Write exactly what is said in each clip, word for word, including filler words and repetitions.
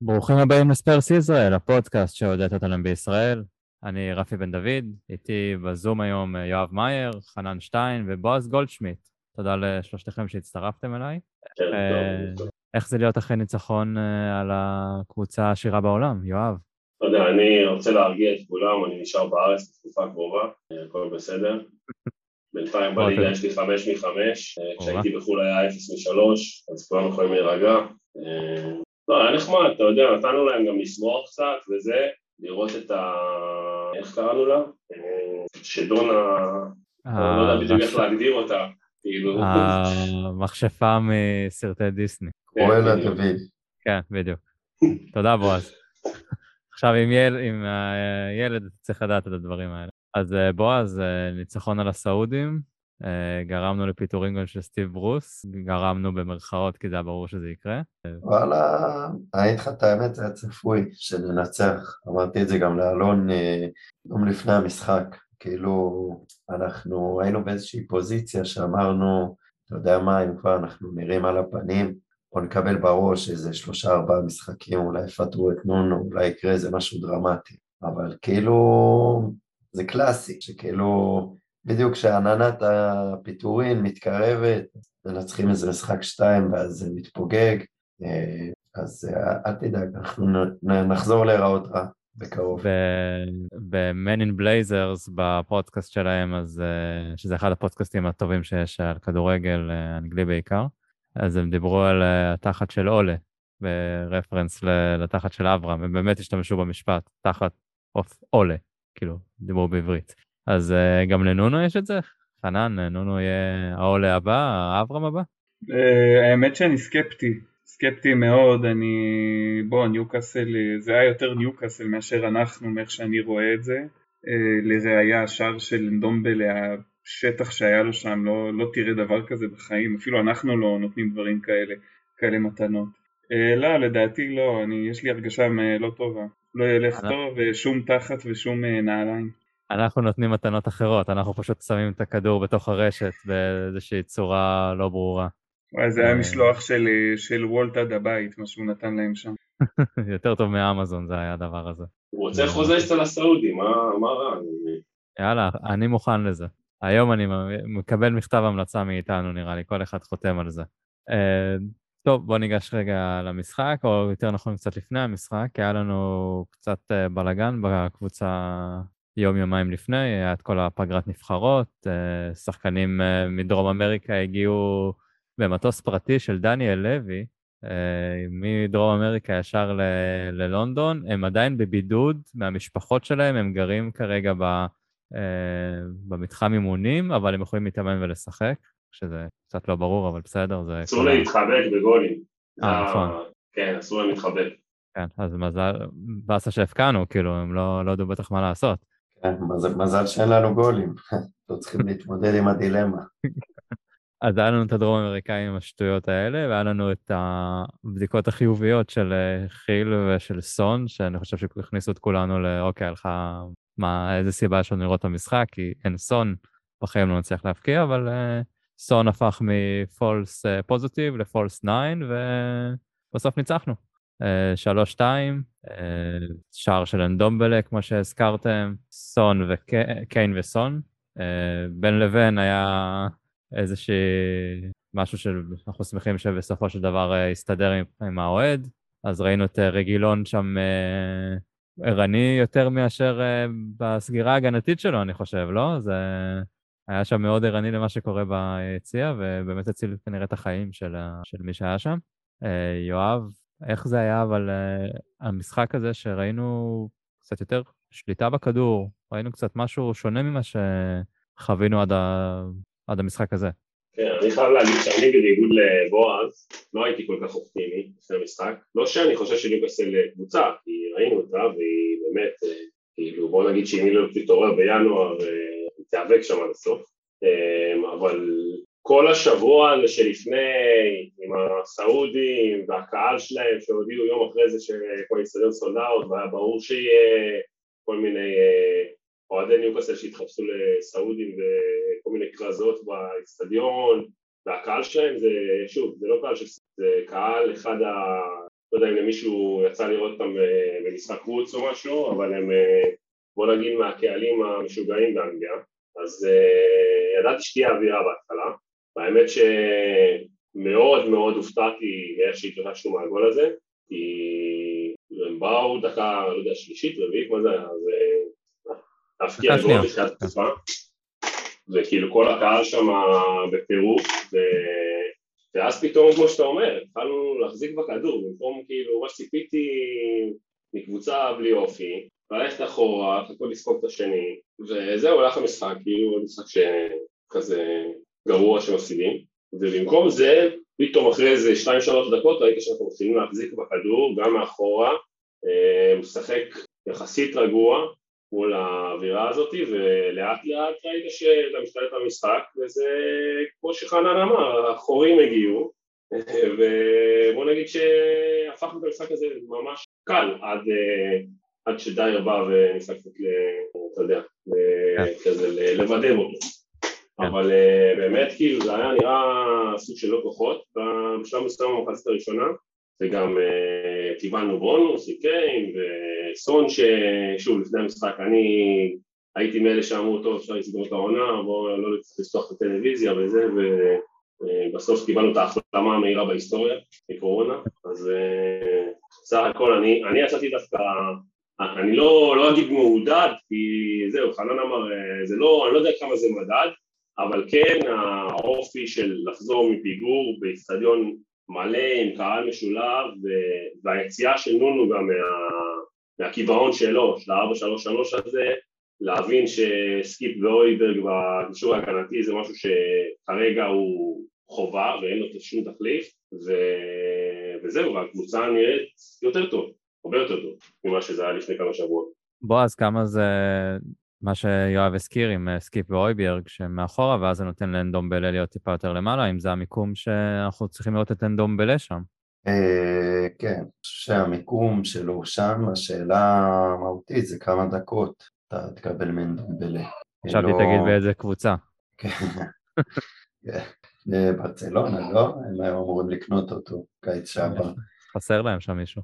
ברוכים הבאים לספרס ישראל, הפודקאסט שעודד אותנו בישראל. אני רפי בן דוד, איתי בזום היום יואב מאייר, חנן שטיין ובועז גולדשמיט. תודה לשלושתכם שהצטרפתם אליי. כן, טוב, טוב. איך זה להיות אחרי ניצחון על הקבוצה העשירה בעולם, יואב? לא יודע, אני רוצה להרגיע את כולם, אני נשאר בארץ בתקופה קרובה, הכל בסדר. בינתיים בליגה יש לי חמש מחמש, כשהייתי בחול היה אפס משלוש, אז כולם יכולים להירגע. לא, היה נחמד, אתה יודע, נתנו להם גם לשמוח קצת וזה, לראות את ה... איך קראנו לה? שדון ה... לא יודע בדיוק איך להגדיר אותה. המכשפה מסרטי דיסני. קרואלה דוד. כן, בדיוק. תודה בועז. עכשיו עם ילד צריך לדעת את הדברים האלה. אז בועז, ניצחון על הסעודים, גרמנו לפיטורים גם של סטיב ברוס, גרמנו במרכאות כי זה היה ברור שזה יקרה. וואלה, אני איתך את האמת, זה היה צפוי שננצח. אמרתי את זה גם לאלון יום לפני המשחק. כאילו אנחנו היינו באיזושהי פוזיציה שאמרנו, אתה יודע מה, אם כבר אנחנו נראים על הפנים, או נקבל בראש איזה שלושה ארבעה משחקים, אולי יפטרו את נונו, אולי יקרה איזה משהו דרמטי. אבל כאילו זה קלאסי, שכאילו בדיוק כשעננת הפיטורין מתקרבת, מנצחים איזה משחק שתיים ואז זה מתפוגג, אז אל תדאג, אנחנו נחזור להיראות רע בקרוב. ב-Men in Blazers בפודקאסט שלהם, אז, שזה אחד הפודקאסטים הטובים שיש על כדורגל אנגלי בעיקר, אז הם דיברו על התחת של אולה, ברפרנס לתחת של אברהם, הם באמת השתמשו במשפט, תחת אוף אולה, כאילו, דיברו בעברית. אז גם לנונו יש את זה? חנן, נונו יהיה האולה הבא, האברהם הבא? האמת שאני סקפטי, סקפטי מאוד, אני, בוא, ניוקאסל, זה היה יותר ניוקאסל מאשר אנחנו, מאיך שאני רואה את זה. לראיה, השער של אנדומבלה, השטח שהיה לו שם, לא, לא תראה דבר כזה בחיים, אפילו אנחנו לא נותנים דברים כאלה, כאלה מתנות. לא, לדעתי לא, אני, יש לי הרגשה לא טובה, לא ילך טוב, ושום תחת ושום נעליים. אנחנו נותנים מתנות אחרות, אנחנו פשוט שמים את הכדור בתוך הרשת באיזושהי צורה לא ברורה. וואי, זה היה משלוח של, של וולט עד הבית, מה שהוא נתן להם שם. יותר טוב מאמזון זה היה הדבר הזה. הוא רוצה חוזה אצל הסעודי, מה, מה רע? יאללה, אני מוכן לזה. היום אני מקבל מכתב המלצה מאיתנו, נראה לי, כל אחד חותם על זה. טוב, בוא ניגש רגע למשחק, או יותר נכון קצת לפני המשחק, כי היה לנו קצת בלגן בקבוצה יום יומיים לפני, היה את כל הפגרת נבחרות, שחקנים מדרום אמריקה הגיעו במטוס פרטי של דניאל לוי, מדרום אמריקה ישר ל- ללונדון, הם עדיין בבידוד מהמשפחות שלהם, הם גרים כרגע ב- במתחם אימונים, אבל הם יכולים להתאמן ולשחק, שזה קצת לא ברור, אבל בסדר. זה אסור להם להתחבק בגולים. אה, נכון. כן, אסור להם להתחבק. כן, אז מזל, בסה שהפקענו, כאילו, הם לא, לא ידעו בטח מה לעשות. כן, מזל, מזל שאין לנו גולים, לא צריכים להתמודד עם הדילמה. אז היה לנו את הדרום האמריקאים עם השטויות האלה, והיה לנו את הבדיקות החיוביות של חיל ושל סון, שאני חושב שהכניסו את כולנו לאוקיי, הלכה, מה, איזה סיבה יש לנו לראות את המשחק, כי אין סון, בחיים לא נצליח להפקיע, אבל uh, סון הפך מפולס פוזיטיב לפולס ניין, ובסוף ניצחנו. שלוש שתיים, uh, שער של אנדומבלה, כמו שהזכרתם, סון וקיין וסון. Uh, בין לבין היה איזושהי משהו שאנחנו שמחים שבסופו של דבר יסתדר עם, עם האוהד, אז ראינו את רגילון שם אה, ערני יותר מאשר אה, בסגירה ההגנתית שלו, אני חושב, לא? זה היה שם מאוד ערני למה שקורה ביציאה, ובאמת הציל כנראה את החיים של, של מי שהיה שם. אה, יואב, איך זה היה, אבל אה, המשחק הזה שראינו קצת יותר שליטה בכדור, ראינו קצת משהו שונה ממה שחווינו עד ה... עד המשחק הזה. כן, אני חייב להגיד שאני בניגוד לבועז, לא הייתי כל כך אופטימי לפני המשחק, לא שאני חושב שניוקאסל קבוצה, כי ראינו אותה והיא באמת, כאילו בוא נגיד שאם היא לא תתעורר בינואר, היא תיאבק שם עד הסוף, אבל כל השבוע הזה שלפני, עם הסעודים והקהל שלהם שהודיעו יום אחרי זה שכל איצטדיון סולד אאוט, והיה ברור שיהיה כל מיני אוהדי ניוקאסל שהתחפשו לסעודים וכל מיני קרזות באצטדיון, והקהל שלהם זה, שוב, זה לא קהל, זה קהל אחד לא יודע אם למישהו יצא לראות אותם במשחק חוץ או משהו, אבל הם, בוא נגיד, מהקהלים המשוגעים באנגליה, אז ידעתי שתהיה אווירה בהתחלה, והאמת שמאוד מאוד הופתעתי מאיך שהתרחשנו מהגול הזה, כי הם באו דקה, לא יודע, שלישית, רביעית, מה זה היה, אז להפקיע גול בתחילת התקופה, וכאילו כל הקהל שם בפירוק, ו... ואז פתאום, כמו שאתה אומר, התחלנו להחזיק בכדור, במקום כאילו מה שציפיתי מקבוצה בלי אופי, ללכת אחורה, חכו לספוג את השני, וזהו, הולך המשחק, כאילו משחק שכזה גרוע שמפסידים, ובמקום זה, פתאום אחרי איזה שתיים שלוש דקות, ראיתי שאנחנו מתחילים להחזיק בכדור, גם מאחורה, משחק יחסית רגוע, מול האווירה הזאת, ולאט לאט ראית שאתה משתלט על המשחק, וזה כמו שחנן אמר, החורים הגיעו, ובוא נגיד שהפכנו את המשחק הזה ממש קל, עד, עד שדייר בא וניסה קצת, אתה יודע, כזה לבדם אותו. אבל באמת כאילו זה היה נראה סוג של לא כוחות, בשלב מסוים במחצית הראשונה, וגם קיבלנו בונוס, קיין, וסון ששוב לפני המשחק אני הייתי מאלה שאמרו טוב אפשר לסגור את העונה, בואו לא לפתוח את הטלוויזיה וזה, ובסוף קיבלנו את ההחלמה המהירה בהיסטוריה, מקורונה, אז בסך הכל אני, אני יצאתי דווקא, אני לא, לא אגיד מעודד, כי זהו, חנן אמר, זה לא, אני לא יודע כמה זה מדד, אבל כן האופי של לחזור מפיגור באצטדיון מלא עם קהל משולב, והיציאה של נונו גם מה, מהכיוון שלו, של ה-ארבע שלוש שלוש הזה, להבין שסקיפ ואויברג בקישור ההגנתי זה משהו שכרגע הוא חובה ואין לו שום תחליף, ו... וזהו, והקבוצה נראית יותר טוב, הרבה יותר טוב, ממה שזה היה לפני כמה שבועות. בועז, כמה זה מה שיואב הזכיר עם סקיפ ואויברג שמאחורה, ואז זה נותן לאנדומבלה להיות טיפה יותר למעלה, אם זה המיקום שאנחנו צריכים לראות את אנדומבלה שם? כן, שהמיקום שלו שם, השאלה המהותית זה כמה דקות אתה תקבל מאנדומבלה. עכשיו תגיד באיזה קבוצה. ברצלונה, לא? הם היו אמורים לקנות אותו, קיץ שעבר. חסר להם שם מישהו.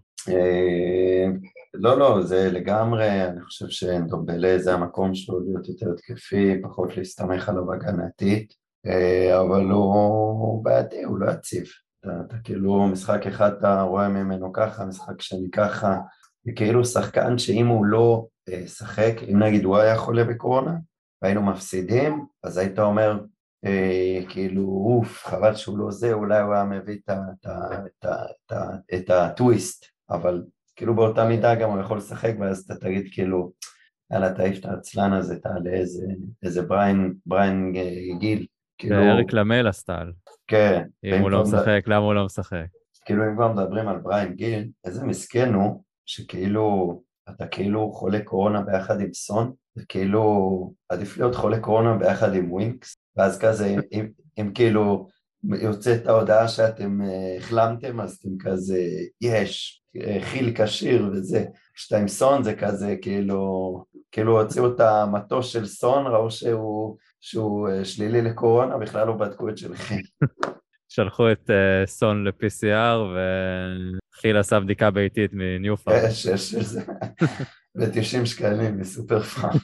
לא, לא, זה לגמרי, אני חושב שאנדומבלה זה המקום שלו להיות יותר תקפי, פחות להסתמך עליו הגנתית, אבל הוא בעייתי, הוא לא יציב. אתה, אתה כאילו משחק אחד אתה רואה ממנו ככה, משחק שני ככה, וכאילו שחקן שאם הוא לא שחק, אם נגיד הוא היה חולה בקורונה, והיינו מפסידים, אז היית אומר, אה, כאילו, אוף, חבל שהוא לא זה, אולי הוא היה מביא את, את, את, את, את הטוויסט, אבל כאילו באותה מידה גם הוא יכול לשחק, ואז אתה תגיד כאילו, יאללה, תעיף את העצלן הזה, תעלה איזה, איזה בריין, בריין גיל. כאילו... אריק למל הסטייל. כן. אם הוא לא משחק, למה הוא לא משחק? כאילו אם כבר מדברים על בריין גיל, איזה מסכן הוא, שכאילו, אתה כאילו חולה קורונה ביחד עם סון, וכאילו עדיף להיות חולה קורונה ביחד עם ווינקס, ואז כזה, אם, אם כאילו יוצאת ההודעה שאתם החלמתם, אז אתם כזה, יש, חיל קשיר וזה, כשאתה עם סון זה כזה, כאילו, כאילו הוציאו את המטוש של סון, ראו שהוא, שהוא שלילי לקורונה, בכלל לא בדקו את שלכם. שלחו את uh, סון ל-פי סי אר, וחיל עשה בדיקה ביתית מניופארם. יש, יש, זה. ב-תשעים שקלים מסופר פארם.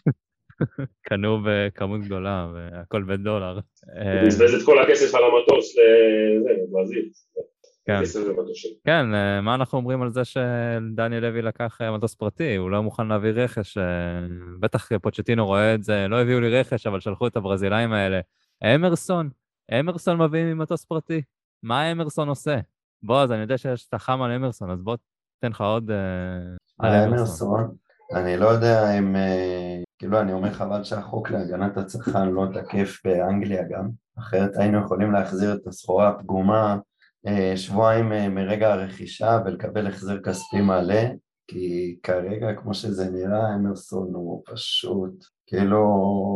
קנו בכמות גדולה, והכל בדולר. נזבז את כל הכסף על המטוס לזה, לברזיל. כן. כן, מה אנחנו אומרים על זה שדניאל לוי לקח מטוס פרטי, הוא לא מוכן להביא רכש, בטח פוצ'טינו רואה את זה, לא הביאו לי רכש, אבל שלחו את הברזילאים האלה. אמרסון, אמרסון מביא ממטוס פרטי, מה אמרסון עושה? בוא, אז אני יודע שיש את החם על אמרסון, אז בוא תן לך עוד על אמרסון. אני לא יודע אם, כאילו אני אומר חבל שהחוק להגנת הצרכן לא תקף באנגליה גם, אחרת היינו יכולים להחזיר את הסחורה הפגומה שבועיים מרגע הרכישה ולקבל החזר כספי מלא, כי כרגע כמו שזה נראה אמרסון הוא פשוט, כאילו,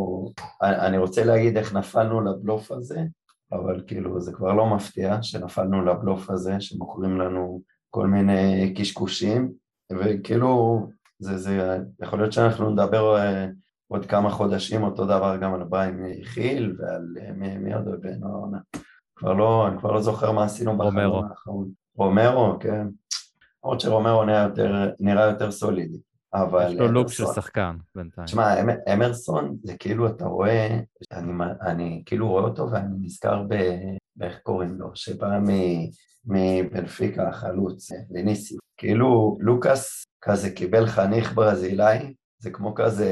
אני רוצה להגיד איך נפלנו לבלוף הזה, אבל כאילו זה כבר לא מפתיע שנפלנו לבלוף הזה, שמוכרים לנו כל מיני קשקושים, וכאילו זה, זה יכול להיות שאנחנו נדבר עוד כמה חודשים אותו דבר גם על בריין חיל ועל מי, מי עוד בנו, כבר לא, אני כבר לא זוכר מה עשינו בחלון האחרון. רומרו, כן. למרות שרומרו נראה יותר, נראה יותר סולידי, אבל יש לו לוק של אמרסון, שחקן בינתיים. תשמע, אמ- אמרסון זה כאילו אתה רואה, אני, אני כאילו רואה אותו ואני נזכר ב... באיך קוראים לו, שבא מ- מבנפיקה החלוץ, ויניסיוס. כאילו לוקאס כזה קיבל חניך ברזילאי, זה כמו כזה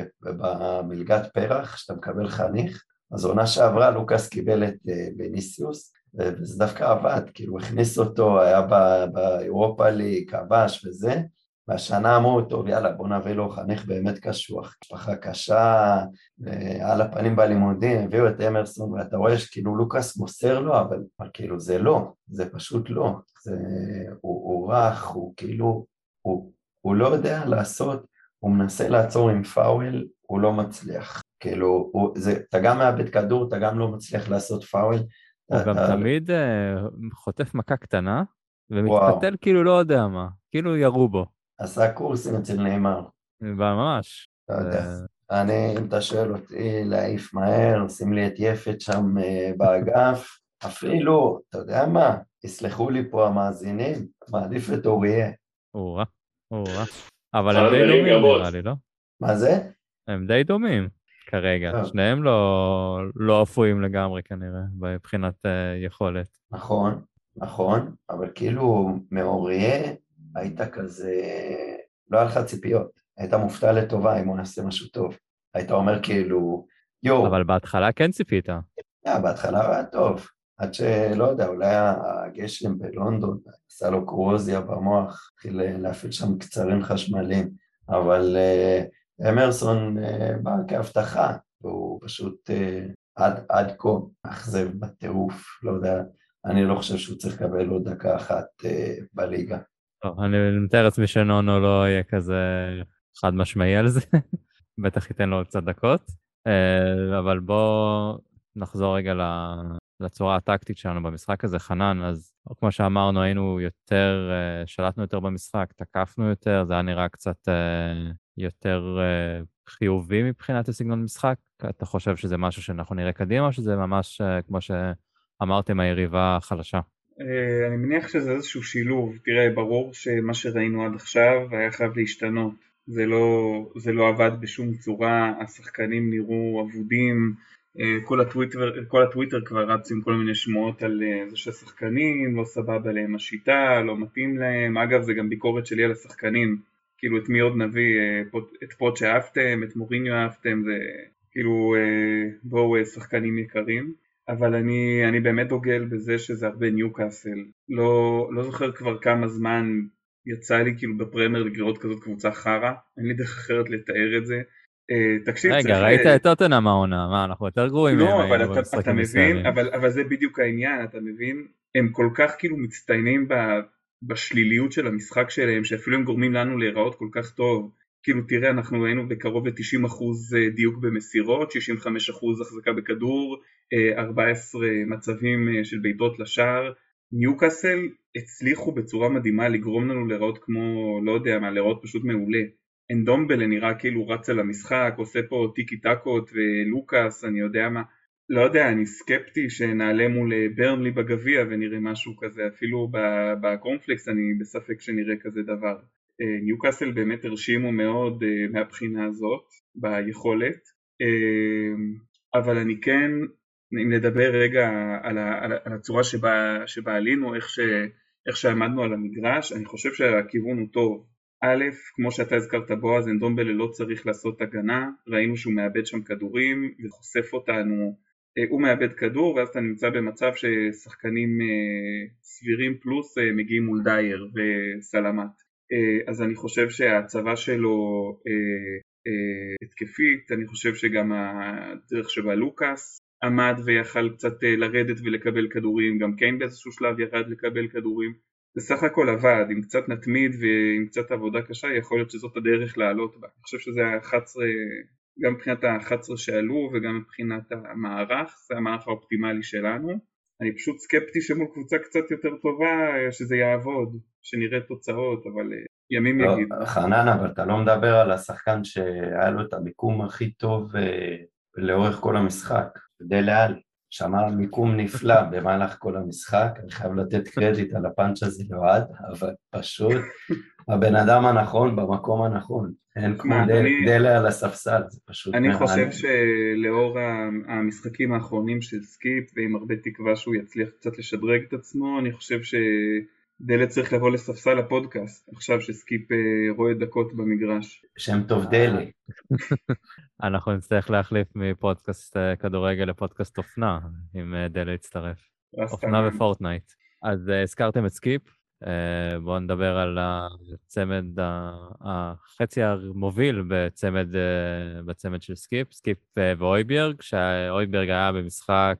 במלגת פרח, שאתה מקבל חניך, אז עונה שעברה לוקאס קיבל את ויניסיוס, וזה דווקא עבד, כאילו הכניס אותו, היה באירופה ליג, כבש וזה, והשנה אמרו, טוב, יאללה, בוא נביא לו חניך באמת קשוח, משפחה קשה, על הפנים בלימודים, הביאו את אמרסון, ואתה רואה שכאילו לוקאס מוסר לו, אבל, אבל כאילו זה לא, זה פשוט לא, זה, הוא, הוא רך, הוא כאילו, הוא, הוא לא יודע לעשות, הוא מנסה לעצור עם פאוול, הוא לא מצליח, כאילו, הוא, זה, אתה גם מאבד כדור, אתה גם לא מצליח לעשות פאוול, הוא אתה, גם אתה, תמיד uh, חוטף מכה קטנה, וואו, ומתפתל כאילו לא יודע מה, כאילו ירו בו. עשה קורסים אצל נאמר. ממש. לא יודע. אה, אני, אם אתה שואל אותי, להעיף מהר, שים לי את יפת שם uh, באגף, אפילו, אתה יודע מה, יסלחו לי פה המאזינים, מעדיף את אוריה. אורה, אורה. אבל הם חנן די מרים דומים גבות. נראה לי, לא? מה זה? הם די דומים כרגע. טוב. שניהם לא, לא אפויים לגמרי כנראה, מבחינת uh, יכולת. נכון, נכון, אבל כאילו מאוריה היית כזה, לא היה לך ציפיות, היית מופתע לטובה אם הוא יעשה משהו טוב. היית אומר כאילו, יו, אבל בהתחלה כן ציפית. yeah, בהתחלה הוא היה טוב, עד שלא יודע, אולי הגשם בלונדון, עשה לו קרוזיה במוח, התחיל להפעיל שם קצרים חשמליים, אבל uh, אמרסון uh, בא כהבטחה, והוא פשוט uh, עד, עד כה אכזב בטירוף, לא יודע, אני לא חושב שהוא צריך לקבל עוד דקה אחת uh, בליגה. טוב, אני מתאר לעצמי שנונו לא יהיה כזה חד משמעי על זה, בטח ייתן לו עוד קצת דקות, uh, אבל בוא נחזור רגע לצורה הטקטית שלנו במשחק הזה, חנן, אז כמו שאמרנו, היינו יותר, שלטנו יותר במשחק, תקפנו יותר, זה היה נראה קצת יותר חיובי מבחינת הסגנון משחק. אתה חושב שזה משהו שאנחנו נראה קדימה, או שזה ממש, כמו שאמרתם, היריבה חלשה? אני מניח שזה איזשהו שילוב. תראה, ברור שמה שראינו עד עכשיו היה חייב להשתנות. זה לא, זה לא עבד בשום צורה, השחקנים נראו עבודים, כל הטוויטר, כל הטוויטר כבר רץ עם כל מיני שמועות על זה שהשחקנים לא סבבה להם השיטה, לא מתאים להם. אגב, זה גם ביקורת שלי על השחקנים, כאילו את מי עוד נביא, את פוט שאהבתם, את מוריניו אהבתם, זה כאילו בואו שחקנים יקרים, אבל אני, אני באמת דוגל בזה שזה הרבה ניוקאסל. לא, לא זוכר כבר כמה זמן יצא לי כאילו בפרמייר ליג לראות כזאת קבוצה חרה, אין לי דרך אחרת לתאר את זה. תקשיב, רגע, ראית את טוטנהאם העונה, מה, אנחנו יותר גרועים מהם היינו במשחקים מסוימים. אבל זה בדיוק העניין, אתה מבין? הם כל כך כאילו מצטיינים בשליליות של המשחק שלהם, שאפילו הם גורמים לנו להיראות כל כך טוב. כאילו תראה, אנחנו היינו בקרוב ל-תשעים אחוז דיוק במסירות, שישים וחמישה אחוז החזקה בכדור, ארבעה עשר מצבים של בעיטות לשער. ניוקאסל הצליחו בצורה מדהימה לגרום לנו להיראות כמו, לא יודע מה, להיראות פשוט מעולה. אנדומבלה נראה כאילו רץ על המשחק, עושה פה טיקי טקות, ולוקאס, אני יודע מה, לא יודע, אני סקפטי שנעלה מול ברנלי בגביע ונראה משהו כזה, אפילו בקורנפלקס אני בספק שנראה כזה דבר. ניוקאסל באמת הרשימו מאוד מהבחינה הזאת, ביכולת, אבל אני כן, אם נדבר רגע על, ה, על הצורה שבה, שבה עלינו, איך, ש, איך שעמדנו על המגרש, אני חושב שהכיוון הוא טוב. א', כמו שאתה הזכרת בועז, אנדומבלה לא צריך לעשות הגנה, ראינו שהוא מאבד שם כדורים וחושף אותנו, הוא מאבד כדור ואז אתה נמצא במצב ששחקנים סבירים פלוס מגיעים מול דייר וסלמת. אז אני חושב שהצבא שלו התקפית, אני חושב שגם הדרך שבה לוקאס עמד ויכל קצת לרדת ולקבל כדורים, גם קיין באיזשהו שלב ירד לקבל כדורים, זה סך הכל עבד, עם קצת נתמיד ועם קצת עבודה קשה, יכול להיות שזאת הדרך לעלות בה. אני חושב שזה ה-אחת עשרה, גם מבחינת ה-אחת עשרה שעלו וגם מבחינת המערך, זה המערך האופטימלי שלנו. אני פשוט סקפטי שמול קבוצה קצת יותר טובה, שזה יעבוד, שנראה תוצאות, אבל ימים לא, יגיד. חנן, אבל אתה לא מדבר על השחקן שהיה לו את המיקום הכי טוב לאורך כל המשחק, דלה עלי, שמר מיקום נפלא במהלך כל המשחק, אני חייב לתת קרדיט על הפאנץ' הזה לאוהד, אבל פשוט הבן אדם הנכון במקום הנכון, אין כמו דלה על הספסל, זה פשוט אני חושב שלאור המשחקים האחרונים של סקיפ, ועם הרבה תקווה שהוא יצליח קצת לשדרג את עצמו, אני חושב שדלה צריך לבוא לספסל הפודקאסט, עכשיו שסקיפ רואה דקות במגרש. שם טוב דלה. אנחנו נצטרך להחליף מפודקאסט כדורגל לפודקאסט אופנה, אם דלה יצטרף. אופנה ופורטנייט. אז הזכרתם את סקיפ, בואו נדבר על הצמד, החצי המוביל בצמד, בצמד של סקיפ, סקיפ ואויברג, שהאויברג היה במשחק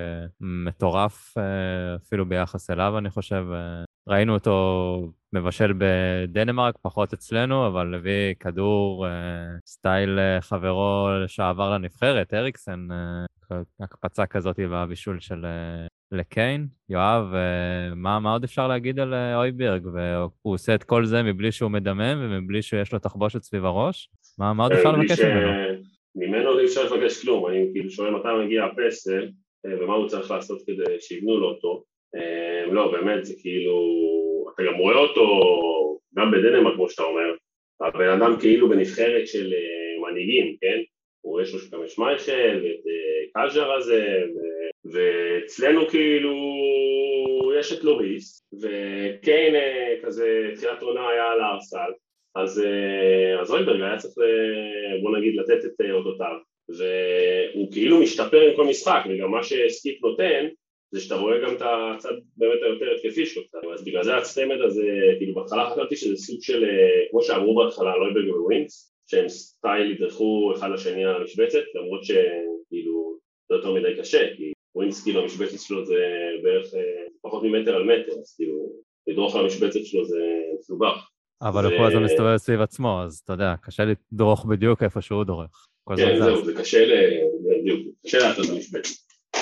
מטורף, אפילו ביחס אליו אני חושב, ראינו אותו מבשל בדנמרק, פחות אצלנו, אבל הביא כדור סטייל חברו שעבר לנבחרת, אריקסן, הקפצה כזאת בבישול של לקיין. יואב, מה, מה עוד אפשר להגיד על אויברג? והוא עושה את כל זה מבלי שהוא מדמם ומבלי שיש לו תחבושת סביב הראש? מה, מה עוד אפשר לבקש ממנו? ממנו אי אפשר לבקש כלום, אני כאילו שואל מתי מגיע הפסל ומה הוא צריך לעשות כדי שיבנו לו אותו. לא, באמת זה כאילו, אתה גם רואה אותו גם בדנמרק כמו שאתה אומר, הבן אדם כאילו בנבחרת של מנהיגים, כן? הוא יש לו גם שמייכל ואת קאז'ר הזה, ואצלנו כאילו יש את לוריס, וקיין כזה תחילת עונה היה על הארסל, אז, אז אויברג היה צריך, בוא נגיד, לתת את אותותיו, והוא כאילו משתפר עם כל משחק, וגם מה שסקיפ נותן, זה שאתה רואה גם את הצד באמת היותר התקפי שלו, אז בגלל זה הצמד הזה, כאילו בהתחלה חשבתי שזה סוג של, כמו שאמרו בהתחלה, אויברג וווינקס, שהם סטייל ידרכו אחד לשני על המשבצת, למרות שכאילו זה יותר מדי קשה, כי ווינקס כאילו המשבצת שלו זה בערך פחות ממטר על מטר, אז כאילו לדרוך על המשבצת שלו זה מסובך. אבל הוא כל הזמן מסתובב סביב עצמו, אז אתה יודע, קשה לדרוך בדיוק איפה שהוא דורך. כן, זהו, זה קשה בדיוק, קשה לעשות המשבצת.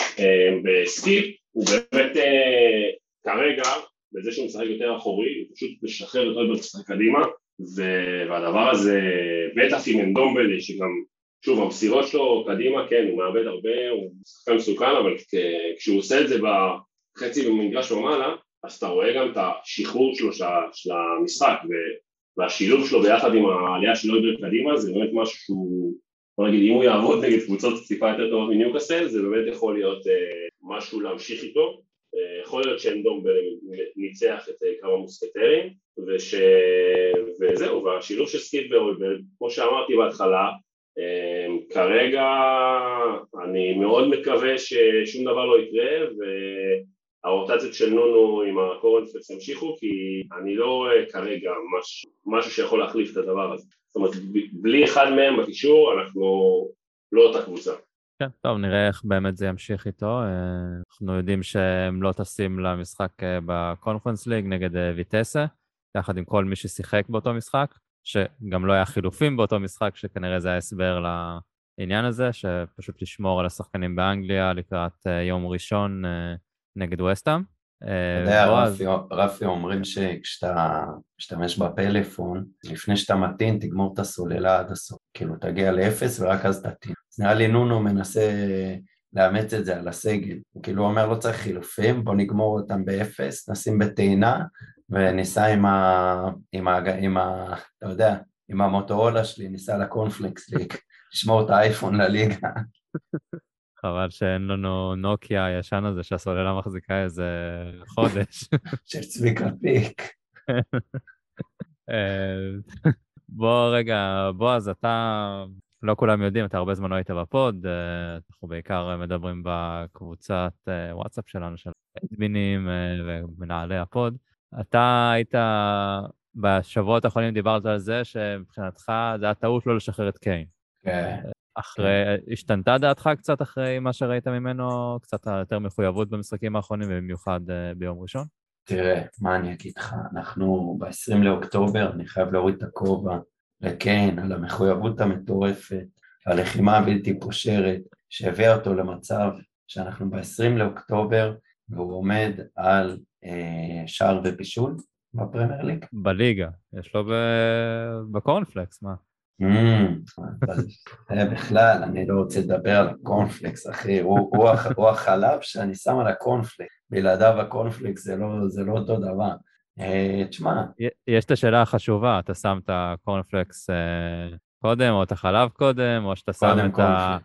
בסקיפ הוא באמת כרגע, בזה שהוא משחק יותר אחורי, הוא פשוט משחרר יותר במשחק קדימה, והדבר הזה, בטח עם אנדומבלי, שגם, שוב, המסירות שלו קדימה, כן, הוא מאבד הרבה, הוא שחקן מסוכן, אבל כשהוא עושה את זה בחצי במגרש ומעלה, אז אתה רואה גם את השחרור שלו של המשחק, והשילוב שלו ביחד עם העלייה שלו יותר קדימה, זה באמת משהו שהוא, בוא נגיד, אם הוא יעבוד נגד קבוצות ציפה יותר טובות מניוקאסל, זה באמת יכול להיות משהו להמשיך איתו, יכול להיות שאנדומבלי ניצח את כמה מוסקטרים, וש... וזהו, והשילוב של סקיפ ואויברג, כמו שאמרתי בהתחלה, כרגע אני מאוד מקווה ששום דבר לא יקרה, והרוטציות של נונו עם הקורנפלקס ימשיכו, כי אני לא רואה כרגע מש... משהו שיכול להחליף את הדבר הזה. זאת אומרת, בלי אחד מהם בקישור, אנחנו לא אותה קבוצה. כן, טוב, נראה איך באמת זה ימשיך איתו. אנחנו יודעים שהם לא טסים למשחק בקונפרנס ליג נגד ויטסה, יחד עם כל מי ששיחק באותו משחק, שגם לא היה חילופים באותו משחק, שכנראה זה ההסבר לעניין הזה, שפשוט לשמור על השחקנים באנגליה לקראת יום ראשון נגד ווסטהאם. אתה יודע, רפי אומרים שכשאתה משתמש בפלאפון, לפני שאתה מתין, תגמור את הסוללה עד הסוף, כאילו תגיע לאפס ורק אז תתין. נראה לי נונו מנסה לאמץ את זה על הסגל, הוא כאילו אומר לא צריך חילופים, בוא נגמור אותם באפס, נשים בטעינה, וניסה עם ה... עם ה... עם ה... אתה יודע, עם המוטורולה שלי, ניסה לקונפלקס ליג, לשמור את האייפון לליגה. חבל שאין לנו נוקיה הישן הזה, שהסוללה מחזיקה איזה חודש. של צביקה פיק. בוא רגע, בוא, אז אתה, לא כולם יודעים, אתה הרבה זמן לא היית בפוד, אנחנו בעיקר מדברים בקבוצת וואטסאפ שלנו, של אדמינים ומנהלי הפוד. אתה היית, בשבועות האחרונים דיברת על זה, שמבחינתך זה הטעות לא לשחרר את קיין. כן. אחרי, השתנתה דעתך קצת אחרי מה שראית ממנו, קצת יותר מחויבות במשחקים האחרונים, ובמיוחד ביום ראשון? תראה, מה אני אגיד לך, אנחנו ב-עשרים לאוקטובר, אני חייב להוריד את הכובע לקיין, על המחויבות המטורפת, הלחימה הבלתי פושרת, שהביאה אותו למצב שאנחנו ב-עשרים לאוקטובר, והוא עומד על אה, שער ובישול בפרמייר ליג. בליגה, יש לו בקורנפלקס, מה? בכלל, אני לא רוצה לדבר על הקורנפלקס, אחי, הוא החלב שאני שם על הקורנפלקס, בלעדיו הקורנפלקס זה לא אותו דבר. תשמע. יש את השאלה החשובה, אתה שם את הקורנפלקס קודם, או את החלב קודם, או שאתה שם את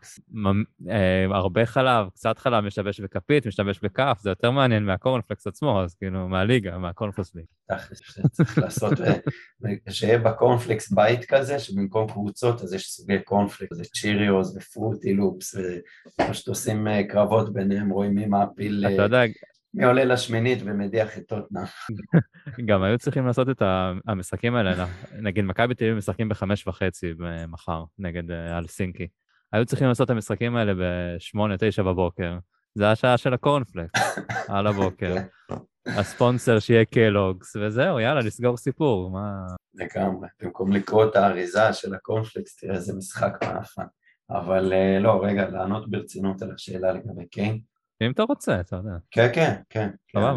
הרבה חלב, קצת חלב משתמש בכפית, משתמש בכף, זה יותר מעניין מהקורנפלקס עצמו, אז כאילו מהליגה, מהקורנפלקס ליג. צריך לעשות, שיהיה בקורנפלקס בית כזה, שבמקום קבוצות, אז יש סוגי קורנפלקס, זה צ'יריוס ופרוטי לופס, ופשוט עושים קרבות ביניהם, רואים מי מעפיל, מי עולה לשמינית ומדיח את טוטנהאם. גם היו צריכים לעשות את המשחקים האלה, נגיד מכבי תל אביב משחקים בחמש וחצי מחר, נגד אלסינקי. היו צריכים לעשות את המשחקים האלה בשמונה, תשע בבוקר. זה השעה של הקורנפלקס, על הבוקר. הספונסר שיהיה קלוגס, וזהו, יאללה, נסגור סיפור. לגמרי, במקום לקרוא את האריזה של הקורנפלקס, תראה איזה משחק מאפן. אבל לא, רגע, לענות ברצינות על השאלה לגבי קיין. אם אתה רוצה, אתה יודע. כן, כן, כן.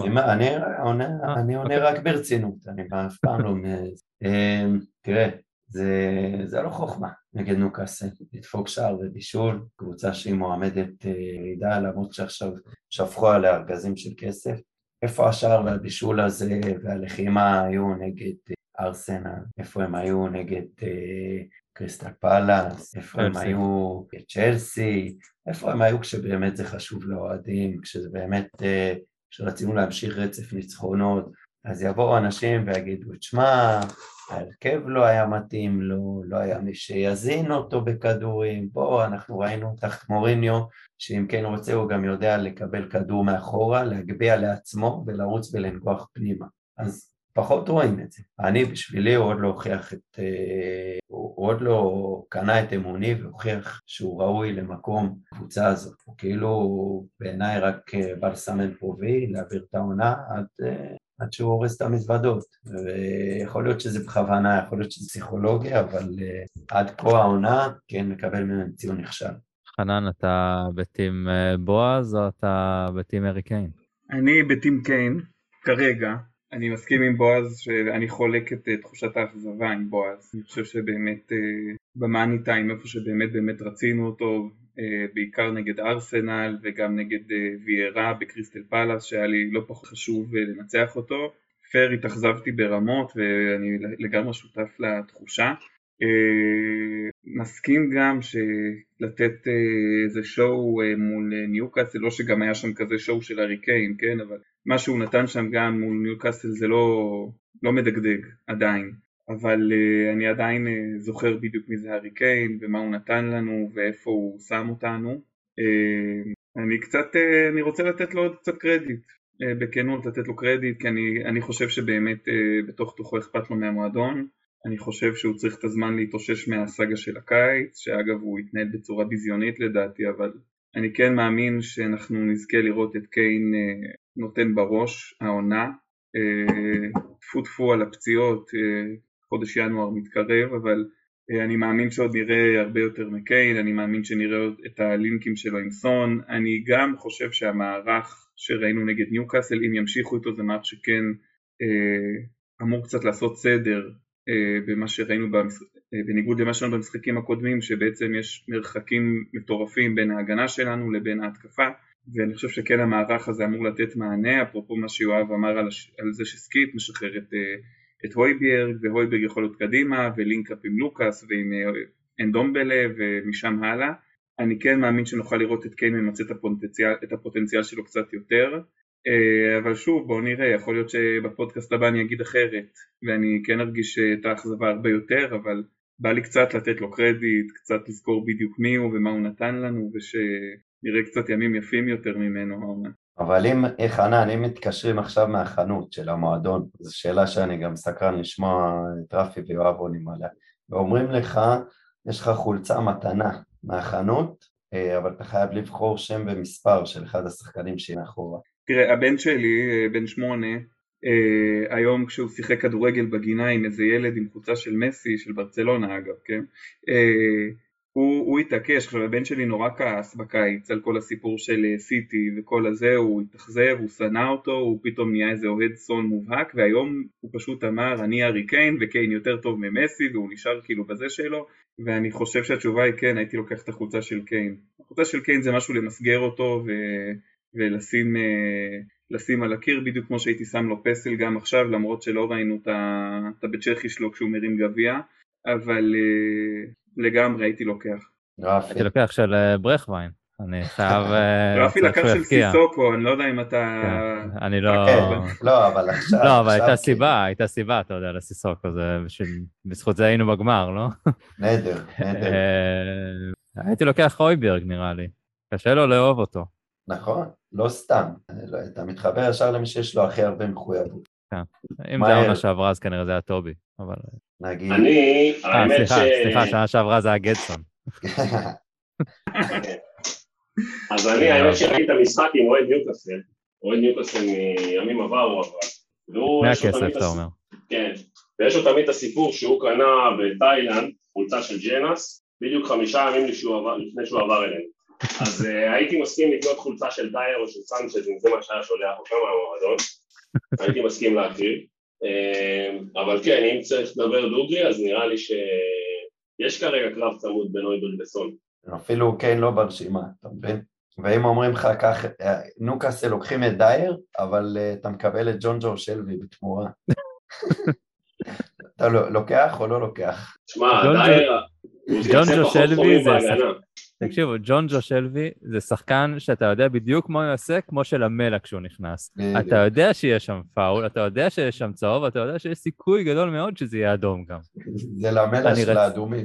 אני עונה רק ברצינות, אני אף פעם לא... תראה, זה לא חוכמה נגד ניוקאסל, לדפוק שער ובישול, קבוצה שהיא מועמדת ירידה, למרות שעכשיו שפכו עליה ארגזים של כסף. איפה השער והבישול הזה והלחימה היו נגד ארסנל? איפה הם היו נגד קריסטל פלאס? איפה הם היו צ'לסי? איפה הם היו כשבאמת זה חשוב לאוהדים, כשזה באמת, כשרצינו להמשיך רצף ניצחונות, אז יבואו אנשים ויגידו, תשמע, ההרכב לא היה מתאים לו, לא היה מי שיזין אותו בכדורים, בוא, אנחנו ראינו תחת מוריניו, שאם כן רוצה הוא גם יודע לקבל כדור מאחורה, להגביע לעצמו ולרוץ ולנגוח פנימה. אז פחות רואים את זה. אני בשבילי הוא עוד לא הוכיח את, הוא עוד לא קנה את אמוני והוכיח שהוא ראוי למקום קבוצה הזאת. הוא כאילו בעיניי רק בא לסמן פרובי, להעביר את העונה עד... עד שהוא הורס את המזוודות, ויכול להיות שזה בכוונה, יכול להיות שזה פסיכולוגיה, אבל עד כה העונה כן מקבל ממנו ציון נכשל. חנן, אתה בטים בועז או אתה בטים ארי קיין? אני בטים קיין, כרגע. אני מסכים עם בועז שאני חולק את תחושת האכזבה עם בועז. אני חושב שבאמת במאני טיים, איפה שבאמת באמת רצינו אותו, בעיקר נגד ארסנל וגם נגד ויירה בקריסטל פלאס, שהיה לי לא פחות חשוב לנצח אותו. פייר התאכזבתי ברמות ואני לגמרי שותף לתחושה. מסכים גם שלתת איזה שואו מול ניוקאסל, לא שגם היה שם כזה שואו של ארי קיין, כן, אבל מה שהוא נתן שם גם מול ניוקאסל זה לא, לא מדגדג עדיין. אבל uh, אני עדיין uh, זוכר בדיוק מי זה ארי קיין ומה הוא נתן לנו ואיפה הוא שם אותנו. Uh, אני קצת, uh, אני רוצה לתת לו עוד קצת קרדיט, uh, בכנות לתת לו קרדיט, כי אני, אני חושב שבאמת uh, בתוך תוכו אכפת לו מהמועדון. אני חושב שהוא צריך את הזמן להתאושש מהסגה של הקיץ, שאגב הוא התנהל בצורה ביזיונית לדעתי, אבל אני כן מאמין שאנחנו נזכה לראות את קיין uh, נותן בראש העונה, uh, תפו תפו על הפציעות, uh, חודש ינואר מתקרב, אבל אני מאמין שעוד נראה הרבה יותר מקיין, אני מאמין שנראה את הלינקים שלו עם סון, אני גם חושב שהמערך שראינו נגד ניוקאסל, אם ימשיכו איתו זה מערך שכן אה, אמור קצת לעשות סדר אה, במה שראינו, במש... אה, בניגוד למה שראינו במשחקים הקודמים, שבעצם יש מרחקים מטורפים בין ההגנה שלנו לבין ההתקפה, ואני חושב שכן המערך הזה אמור לתת מענה, אפרופו מה שיואב אמר על, הש... על זה שסקיפ משחרר את... אה, את הויברג, והויברג יכול להיות קדימה, ולינקאפ עם לוקאס ועם אנדומבלה ומשם הלאה. אני כן מאמין שנוכל לראות את קיין ממצא את הפוטנציאל, את הפוטנציאל שלו קצת יותר, אבל שוב בואו נראה, יכול להיות שבפודקאסט הבא אני אגיד אחרת, ואני כן ארגיש את האכזבה הרבה יותר, אבל בא לי קצת לתת לו קרדיט, קצת לזכור בדיוק מי הוא ומה הוא נתן לנו, ושנראה קצת ימים יפים יותר ממנו. אבל אם, חנן, אם מתקשרים עכשיו מהחנות של המועדון, זו שאלה שאני גם סקרן לשמוע את רפי ויואב עונים עליה, ואומרים לך, יש לך חולצה מתנה מהחנות, אבל אתה חייב לבחור שם ומספר של אחד השחקנים שמאחורה. תראה, הבן שלי, בן שמונה, היום כשהוא שיחק כדורגל בגינה עם איזה ילד עם חולצה של מסי, של ברצלונה אגב, כן? הוא, הוא התעקש, עכשיו הבן שלי נורא כעס בקיץ על כל הסיפור של סיטי וכל הזה, הוא התאכזב, הוא שנא אותו, הוא פתאום נהיה איזה אוהד סון מובהק, והיום הוא פשוט אמר אני ארי קיין וקיין יותר טוב ממסי, והוא נשאר כאילו בזה שלו, ואני חושב שהתשובה היא כן, הייתי לוקח את החולצה של קיין. החולצה של קיין זה משהו למסגר אותו ו... ולשים לשים על הקיר, בדיוק כמו שהייתי שם לו פסל גם עכשיו, למרות שלא ראינו את הבית צ'כי שלו כשהוא מרים גביע, אבל לגמרי הייתי לוקח. הייתי לוקח של ברכווין, אני חייב... רפי לקח של סיסוקו, אני לא יודע אם אתה... אני לא... לא, אבל עכשיו... לא, אבל הייתה סיבה, הייתה סיבה, אתה יודע, לסיסוקו, בזכות זה היינו בגמר, לא? נדר, נדר. הייתי לוקח הויברג נראה לי, קשה לו לאהוב אותו. נכון, לא סתם, אתה מתחבר ישר למי שיש לו הכי הרבה מחויבות. אם זה העונה שעברה, אז כנראה זה היה טובי, אבל... נגיד... אני, האמת ש... סליחה, שנה שעברה זה היה גדסון. אז אני, האמת שראיתי את המשחק עם אוהד ניוקאסל, אוהד ניוקאסל מימים עברו, אבל... מהכסף, אתה אומר. כן, ויש לו תמיד את הסיפור שהוא קנה בתאילנד, חולצה של ג'נס, בדיוק חמישה ימים לפני שהוא עבר אלינו. אז הייתי מסכים לקנות חולצה של דייר או של סנצ'ז, אם זה מה שהיה שולח אותם מהמועדון, הייתי מסכים להכיר, אבל כן, אם צריך לדבר דוגרי, אז נראה לי שיש כרגע קרב צמוד בין הויברג לסון. אפילו כן לא ברשימה, אתה מבין? ואם אומרים לך כך, ניוקאסל לוקחים את דייר, אבל אתה מקבל את ג'ון ג'ו שלוי בתמורה. אתה לוקח או לא לוקח? תשמע, דייר... ג'ון ג'ו שלוי זה... תקשיבו, ג'ון ג'ו שלוי זה שחקן שאתה יודע בדיוק מה הוא יעשה, כמו של המלע כשהוא נכנס. אתה יודע שיש שם פאול, אתה יודע שיש שם צהוב, אתה יודע שיש סיכוי גדול מאוד שזה יהיה אדום גם. זה למלע של האדומים.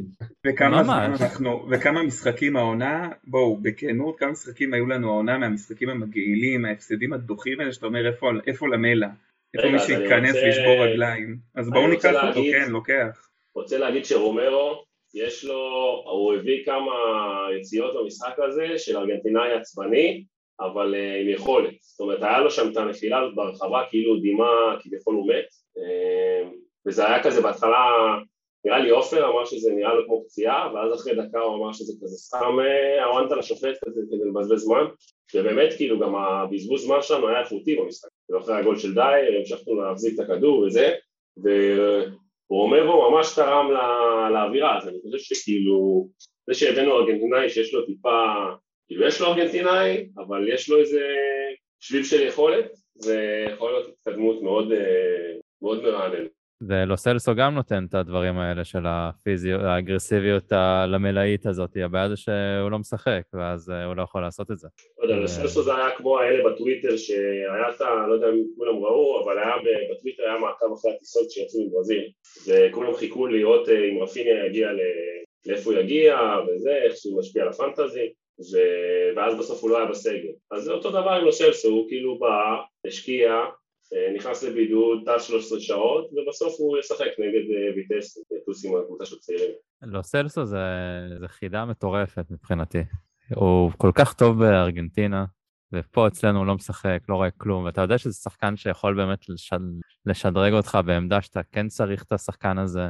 וכמה משחקים העונה, בואו, בכנות, כמה משחקים היו לנו העונה מהמשחקים המגעילים, ההפסדים הדוחים האלה, שאתה אומר איפה למלע, איפה מי שיתכנס וישבור רגליים. אז בואו ניקח אותו, כן, לוקח. רוצה להגיד שרומרו, יש לו, הוא הביא כמה יציאות במשחק הזה של ארגנטינאי עצבני, אבל uh, עם יכולת. זאת אומרת, היה לו שם את הנפילה הזאת ברחבה, כאילו דימה, כביכול הוא מת, uh, וזה היה כזה בהתחלה, נראה לי אופר אמר שזה נראה לו כמו פציעה, ואז אחרי דקה הוא אמר שזה כזה סתם הוואנט על השופט כזה כדי לבזבז זמן, ובאמת כאילו גם הבזבוז זמן שלנו היה איכותי במשחק, ואחרי הגול של דייר, המשכנו להחזיק את הכדור וזה, ו... הוא אומר לו ממש תרם לאווירה, אז אני חושב שכאילו, זה שהבאנו ארגנטינאי שיש לו טיפה, כאילו יש לו ארגנטינאי, אבל יש לו איזה שביב של יכולת, זה יכול להיות התקדמות מאוד, מאוד מרענן. ולו סלסו גם נותן את הדברים האלה של הפיזיות, האגרסיביות הלמלאית הזאת, הבעיה זה שהוא לא משחק, ואז הוא לא יכול לעשות את זה. לא יודע, לסלסו זה היה כמו האלה בטוויטר, שהיה את, לא יודע אם כולם ראו, אבל היה בטוויטר היה מעקב אחרי הטיסות שיצאו מברזיל, וכולם חיכו לראות אם רפיניה יגיע לאיפה הוא יגיע, וזה, איך שהוא משפיע על הפנטזי, ואז בסוף הוא לא היה בסגל. אז זה אותו דבר עם לסלסו, הוא כאילו בא, השקיע, נכנס לבידוד, טס שלוש עשרה שעות, ובסוף הוא ישחק נגד ויטס, טוס עם הקבוצה של צעירים. לא סלסו זה, זה חידה מטורפת מבחינתי. הוא כל כך טוב בארגנטינה, ופה אצלנו הוא לא משחק, לא רואה כלום, ואתה יודע שזה שחקן שיכול באמת לשד... לשדרג אותך בעמדה שאתה כן צריך את השחקן הזה,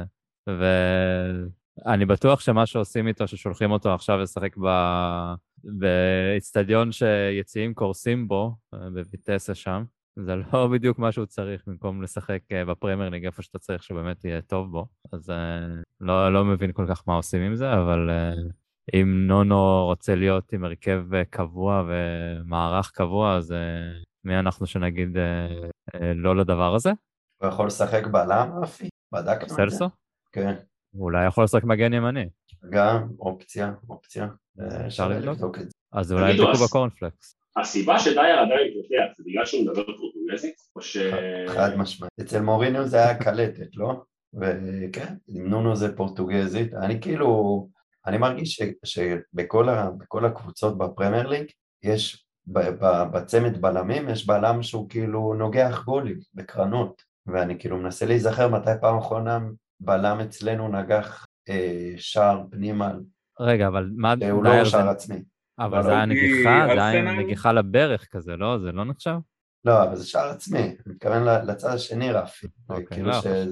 ואני בטוח שמה שעושים איתו, ששולחים אותו עכשיו לשחק ב... באצטדיון שיציאים קורסים בו, בויטסה שם, זה לא בדיוק מה שהוא צריך, במקום לשחק בפרמייר ליג, איפה שאתה צריך שבאמת יהיה טוב בו. אז לא, לא מבין כל כך מה עושים עם זה, אבל אם נונו רוצה להיות עם הרכב קבוע ומערך קבוע, אז מי אנחנו שנגיד לא לדבר הזה? הוא יכול לשחק בלם, רפי? בדקנו את זה? סלסו? כן. אולי יכול לשחק מגן ימני. גם, אופציה, אופציה. אפשר לבדוק את זה. אז אולי יבדקו בקורנפלקס. הסיבה שדייר עדיין פותח, זה בגלל שהוא מדבר פורטוגזית? או ש... חד משמעית. אצל מוריניו זה היה קלטת, לא? וכן, עם נונו זה פורטוגזית. אני כאילו, אני מרגיש שבכל הקבוצות בפרמייר ליג, יש, בצמד בלמים, יש בלם שהוא כאילו נוגח גולים בקרנות, ואני כאילו מנסה להיזכר מתי פעם אחרונה בלם אצלנו נגח שער פנימה. רגע, אבל מה... הוא לא שער עצמי. אבל זה היה נגיחה, זה היה נגיחה לברך כזה, לא? זה לא נחשב? לא, אבל זה שער עצמי, אני מתכוון לצד השני רפי.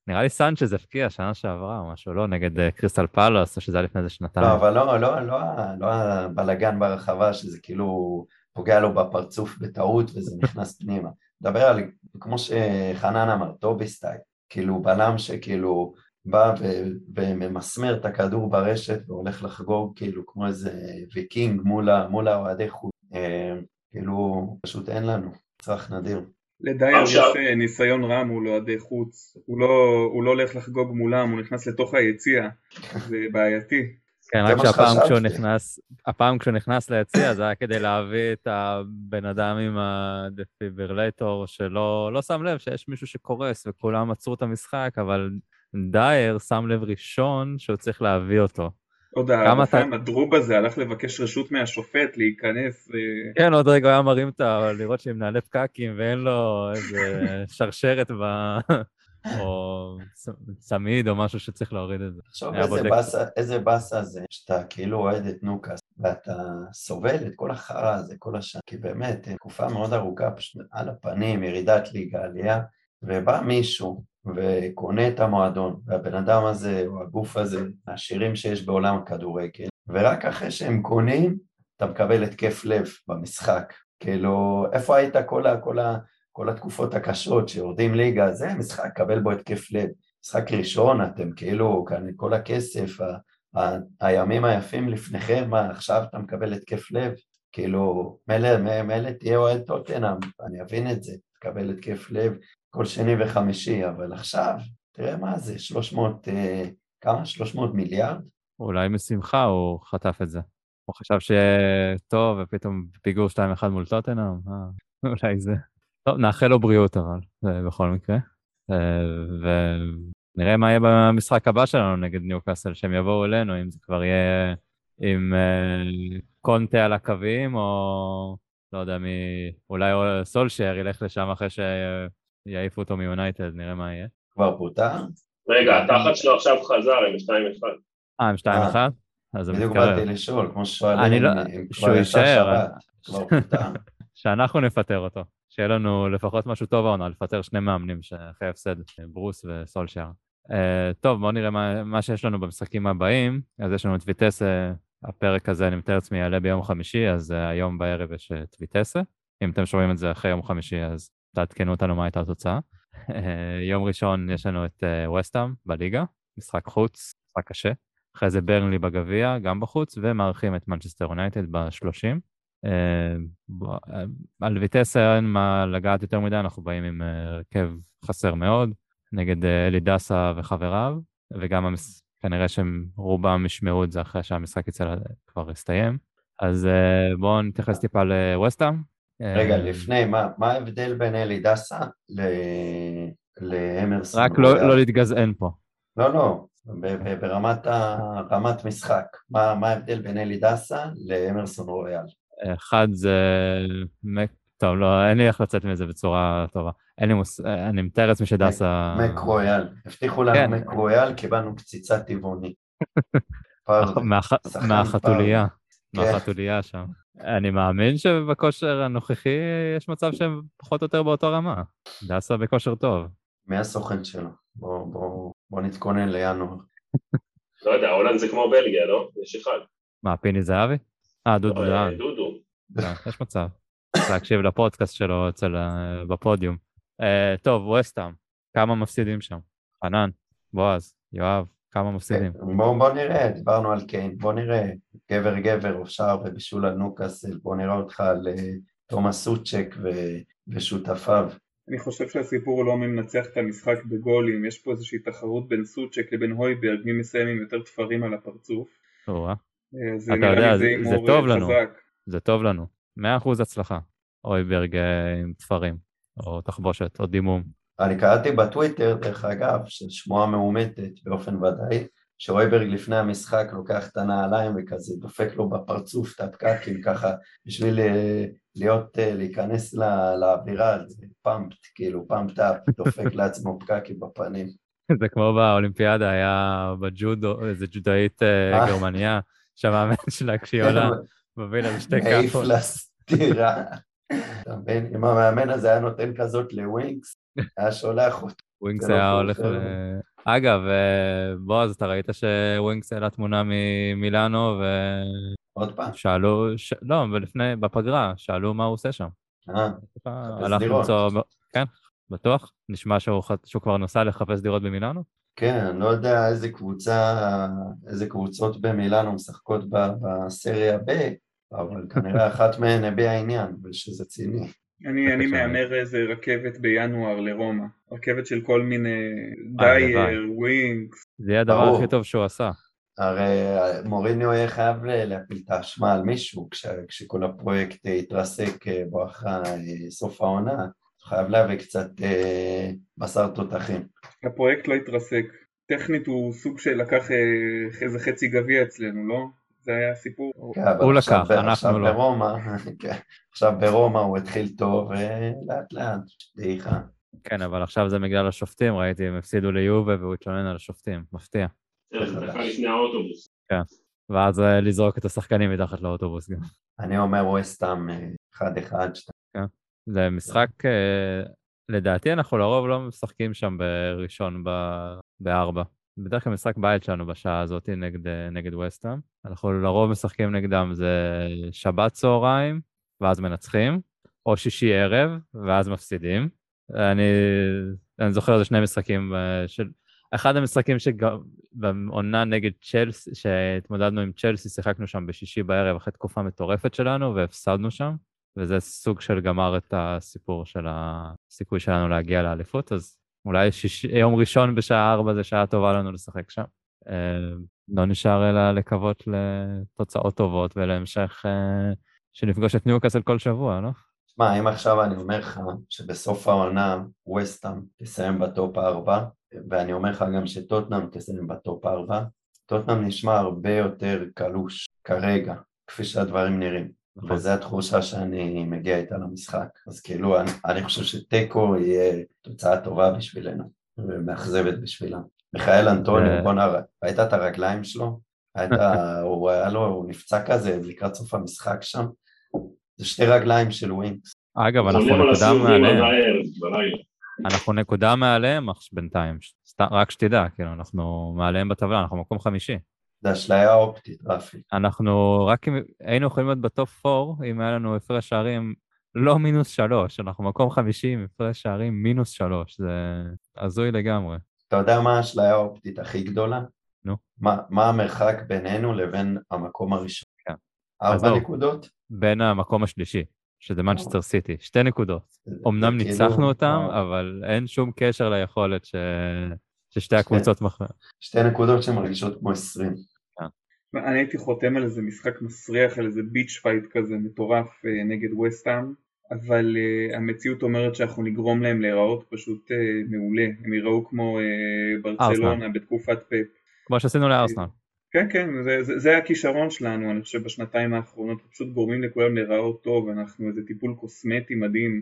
נראה לי סנצ'ז הפקיע שנה שעברה או משהו, לא? נגד קריסטל פלאס, או שזה היה לפני איזה שנתיים. לא, אבל לא, לא, לא, לא הבלגן ברחבה, שזה כאילו פוגע לו בפרצוף בטעות וזה נכנס פנימה. דבר על, כמו שחנן אמר, טובי סטייל, כאילו בלם שכאילו בא ו- וממסמר את הכדור ברשת והולך לחגוג כאילו כמו איזה ויקינג מול, ה- מול האוהדי חוץ. אה, כאילו פשוט אין לנו, צריך נדיר. לדייר יש אה, ניסיון רע מול אוהדי חוץ, הוא לא, הוא לא הולך לחגוג מולם, הוא נכנס לתוך היציאה, זה בעייתי. כן, זה רק מה שהפעם כשהוא שחשבתי. נכנס, הפעם כשהוא נכנס ליציע, זה היה כדי להביא את הבן אדם עם הדפיברילטור, שלא לא שם לב שיש מישהו שקורס וכולם עצרו את המשחק, אבל דייר שם לב ראשון שהוא צריך להביא אותו. עוד כמה אתה... הרופא הדרוב הזה הלך לבקש רשות מהשופט להיכנס. כן, עוד רגע הוא היה מרים את ה... לראות שהם מנהלי פקקים ואין לו איזה שרשרת ב... או צמיד או משהו שצריך להוריד את זה. עכשיו איזה באסה, איזה באסה זה שאתה כאילו אוהד את נוקאס ואתה סובל את כל החרא הזה כל השנה, כי באמת תקופה מאוד ארוכה פשוט על הפנים, ירידת ליגה, עלייה, ובא מישהו וקונה את המועדון, והבן אדם הזה או הגוף הזה, השירים שיש בעולם הכדורגל, ורק אחרי שהם קונים אתה מקבל התקף לב במשחק, כאילו איפה היית כל ה... כל ה... כל התקופות הקשות שיורדים ליגה, זה משחק, קבל בו התקף לב. משחק ראשון, אתם כאילו, כאן כל הכסף, ה- ה- הימים היפים לפניכם, מה, עכשיו אתה מקבל התקף לב? כאילו, מלא, מלא תהיה אוהד טוטנהאם, אני אבין את זה, תקבל התקף לב כל שני וחמישי, אבל עכשיו, תראה מה זה, שלוש מאות, אה, כמה? שלוש מאות מיליארד? אולי משמחה הוא חטף את זה. הוא חשב שיהיה טוב, ופתאום פיגור שתיים אחד מול טוטנהאם, אה, אולי זה. טוב, נאחל לו בריאות אבל, זה בכל מקרה. ונראה מה יהיה במשחק הבא שלנו נגד ניוקאסל, שהם יבואו אלינו, אם זה כבר יהיה עם קונטה על הקווים, או לא יודע מי, אולי סולשייר ילך לשם אחרי שיעיפו אותו מיונייטד, נראה מה יהיה. כבר פוטר? רגע, התחת שלו עכשיו חזר עם שתיים אחד. אה, עם שתיים אחד? אז זה מתקרב. בדיוק באתי לשאול, כמו ששואלים, אם כבר יצא שבת, כבר פוטר. שאנחנו נפטר אותו. שיהיה לנו לפחות משהו טוב העונה, לפטר שני מאמנים שאחרי הפסד, ברוס וסולשייר. Uh, טוב, בואו נראה מה, מה שיש לנו במשחקים הבאים. אז יש לנו את ויטסה, הפרק הזה, אני מתאר עצמי, יעלה ביום חמישי, אז uh, היום בערב יש את ויטסה. אם אתם שומעים את זה אחרי יום חמישי, אז תעדכנו אותנו מה הייתה התוצאה. Uh, יום ראשון יש לנו את uh, ווסטהאם בליגה, משחק חוץ, משחק קשה. אחרי זה ברנלי בגביע, גם בחוץ, ומארחים את מנצ'סטר יונייטד ב-שלושים. על ויטסה אין מה לגעת יותר מדי, אנחנו באים עם הרכב חסר מאוד, נגד אלי דסה וחבריו, וגם כנראה שהם רובם ישמעו את זה אחרי שהמשחק יצא כבר הסתיים. אז בואו נתייחס טיפה לווסטהאם. רגע, לפני, מה ההבדל בין אלי דסה לאמרסון? רק לא להתגזען פה. לא, לא, ברמת משחק, מה ההבדל בין אלי דסה לאמרסון רויאל? אחד זה, טוב, לא, אין לי איך לצאת מזה בצורה טובה. אין לי מוס... אני מתאר לעצמי שדסה... מק רויאל. הבטיחו לנו מק רויאל, קיבלנו קציצה טבעוני. מהחתוליה. מהחתוליה שם. אני מאמין שבכושר הנוכחי יש מצב שהם פחות או יותר באותו רמה. דסה בכושר טוב. מי הסוכן שלו? בוא נתכונן לינואר. לא יודע, הולנד זה כמו בלגיה, לא? יש אחד. מה, פיני זהבי? אה, דודו דהן. דודו. יש מצב. להקשיב לפודקאסט שלו אצל, בפודיום. טוב, ווסטהאם, כמה מפסידים שם? חנן, בועז, יואב, כמה מפסידים? בוא נראה, דיברנו על קיין, בוא נראה, גבר גבר, אופשר ובישול על נוקאסל, בוא נראה אותך על תומאס סוצ'ק ושותפיו. אני חושב שהסיפור הוא לא מי מנצח את המשחק בגולים, יש פה איזושהי תחרות בין סוצ'ק לבין הויברג, מי מסיים עם יותר תפרים על הפרצוף. אתה יודע, זה טוב לנו, זה טוב לנו, מאה אחוז הצלחה, הויברג עם תפרים, או תחבושת, או דימום. אני קראתי בטוויטר, דרך אגב, של שמועה מאומתת באופן ודאי, שהויברג לפני המשחק לוקח את הנעליים וכזה, דופק לו בפרצוף את הפקקים ככה, בשביל להיות, להיכנס לאווירה, פאמפט, כאילו פאמפט-אפ, דופק לעצמו פקקים בפנים. זה כמו באולימפיאדה, היה בג'ודו, איזה ג'ודאית גרמניה, שהמאמן שלה כשהיא עולה, מוביל על שתי כפות. מעיף לסתירה. אם המאמן הזה היה נותן כזאת לווינקס, היה שולח אותו. ווינקס זה לא היה פול הולך ל... חבר'ה. אגב, אה, בועז, אתה ראית שווינקס העלה תמונה ממילאנו, עוד פעם. ושאלו, ש... לא, ולפני, בפגרה, שאלו מה הוא עושה שם. אה, טיפה חפש הלך דירות. למצוא, כן, בטוח? נשמע שהוא, ח- שהוא כבר נסע לחפש דירות במילאנו? כן, אני לא יודע איזה קבוצה, איזה קבוצות במילאנו משחקות ב- בסריה B, אבל כנראה אחת מהן הביעה עניין, ושזה ציני. אני, אני שקט שם. מהמר איזה רכבת בינואר לרומא, רכבת של כל מיני אה, הלוואי. דייר, ווינקס. זה יהיה הדבר הכי ברור. טוב שהוא עשה. הרי מוריניו יהיה חייב להפיל את האשמה על מישהו, כש, כשכל הפרויקט יתרסק בואכה סוף העונה, הוא חייב להביא קצת אה, בשר תותחים. הפרויקט לא התרסק, טכנית הוא סוג של לקח אה, איזה חצי גביע אצלנו, לא? זה היה הסיפור. כן, אבל הוא עכשיו, לקח, ב- עכשיו אנחנו לא. ברומא, כן, עכשיו ברומא הוא התחיל טוב, ולאט לאט, דעיכה. כן, אבל עכשיו זה בגלל השופטים, ראיתי, הם הפסידו ליובה והוא התלונן על השופטים, מפתיע. זה דקה לפני האוטובוס. כן, ואז אה, לזרוק את השחקנים מתחת לאוטובוס גם. אני אומר ווסטהאם אחד אחד, שתיים. כן. זה משחק, אה, לדעתי אנחנו לרוב לא משחקים שם בראשון ב- בארבע. בדרך כלל משחק בית שלנו בשעה הזאת נגד, אה, נגד ווסטהאם. אנחנו לרוב משחקים נגדם זה שבת צהריים, ואז מנצחים, או שישי ערב, ואז מפסידים. אני, אני זוכר איזה שני משחקים אה, של... אחד המשחקים שבעונה נגד צ'לסי, שהתמודדנו עם צ'לסי, שיחקנו שם בשישי בערב אחרי תקופה מטורפת שלנו, והפסדנו שם, וזה סוג של גמר את הסיפור של הסיכוי שלנו להגיע לאליפות, אז אולי שישי, יום ראשון בשעה ארבע זה שעה טובה לנו לשחק שם. לא נשאר אלא לקוות לתוצאות טובות ולהמשך שנפגוש את ניוקאסל כל שבוע, לא? תשמע, אם עכשיו אני אומר לך שבסוף העונה ווסטהאם תסיים בטופ ארבע, ואני אומר לך גם שטוטנהאם תסיים בטופ ארבע, טוטנהאם נשמע הרבה יותר קלוש כרגע, כפי שהדברים נראים. נכון. וזו התחושה שאני מגיע איתה למשחק. אז כאילו, אני, אני חושב שטקו יהיה תוצאה טובה בשבילנו, ומאכזבת בשבילם. מיכאל אנטוניו, בוא נראה, ראית את הרגליים שלו? ראית, הוא היה לו, הוא נפצע כזה לקראת סוף המשחק שם. זה שתי רגליים של ווינקס. אגב, אנחנו חולם על נקודה הסיורים עד מעליהם. הערב, בלילה. אנחנו נקודה מעליהם אך בינתיים. סת- רק שתדע, כאילו, אנחנו מעליהם בטבלה, אנחנו מקום חמישי. זה אשליה אופטית, רפי. אנחנו רק אם היינו יכולים להיות בטופ ארבע, אם היה לנו הפרש שערים לא מינוס שלוש, אנחנו מקום חמישי עם הפרש שערים מינוס שלוש, זה הזוי לגמרי. אתה יודע מה האשליה האופטית הכי גדולה? נו. מה, מה המרחק בינינו לבין המקום הראשון? כן. ארבע עזוב. נקודות? בין המקום השלישי, שזה מנצ'סטר סיטי, שתי נקודות. זה- אמנם זה ניצחנו כאילו- אותם, וואו. אבל אין שום קשר ליכולת ש... ששתי הקבוצות מח... שתי נקודות שמרגישות כמו עשרים. אני הייתי חותם על איזה משחק מסריח, על איזה ביץ' פייט כזה מטורף אה, נגד ווסטהאם, אבל uh, המציאות אומרת שאנחנו נגרום להם להיראות פשוט uh, מעולה, הם יראו כמו uh, ברצלונה ארסנל. בתקופת פפ. כמו שעשינו לארסנל. כן, כן, זה, זה, זה הכישרון שלנו, אני חושב בשנתיים האחרונות, פשוט גורמים לכולם להיראות טוב, אנחנו איזה טיפול קוסמטי מדהים,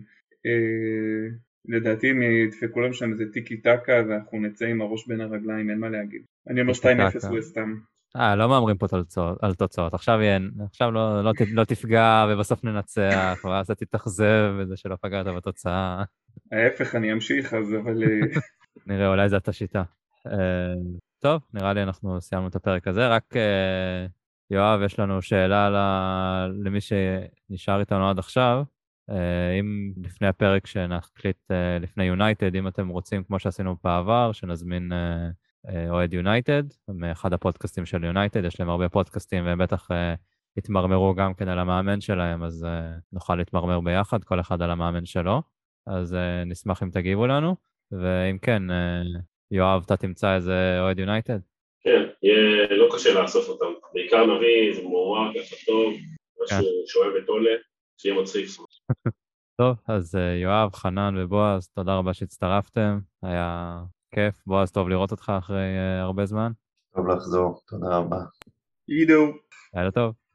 אה, לדעתי הם ידפקו להם שם איזה טיקי טקה ואנחנו נצא עם הראש בין הרגליים, אין מה להגיד. אני אומר שתיים אפס ווסטהאם. אה, לא מאמרים פה תוצאות, על תוצאות, עכשיו יהיה, עכשיו לא, לא, ת- לא תפגע ובסוף ננצח, ואז אתה תתאכזב בזה שלא פגעת בתוצאה. ההפך, אני אמשיך אז, אבל... אה, נראה, אולי זאת השיטה. אה, טוב, נראה לי אנחנו סיימנו את הפרק הזה, רק אה, יואב, יש לנו שאלה ל- למי שנשאר איתנו עד עכשיו, אה, אם לפני הפרק שנחליט אה, לפני יונייטד, אם אתם רוצים, כמו שעשינו בעבר, שנזמין אה, אה, אוהד יונייטד, מאחד הפודקאסטים של יונייטד, יש להם הרבה פודקאסטים והם בטח אה, התמרמרו גם כן על המאמן שלהם, אז אה, נוכל להתמרמר ביחד, כל אחד על המאמן שלו, אז אה, נשמח אם תגיבו לנו, ואם כן, אה, יואב, אתה תמצא איזה אוהד יונייטד? כן, יהיה לא קשה לאסוף אותם. בעיקר נביא איזה מועמר ככה טוב, משהו שואב את עולה, שיהיה מצחיק. טוב, אז אה, יואב, חנן ובועז, תודה רבה שהצטרפתם, היה כיף. בועז, טוב לראות אותך אחרי אה, הרבה זמן. טוב לחזור, תודה רבה. עידו. לילה טוב.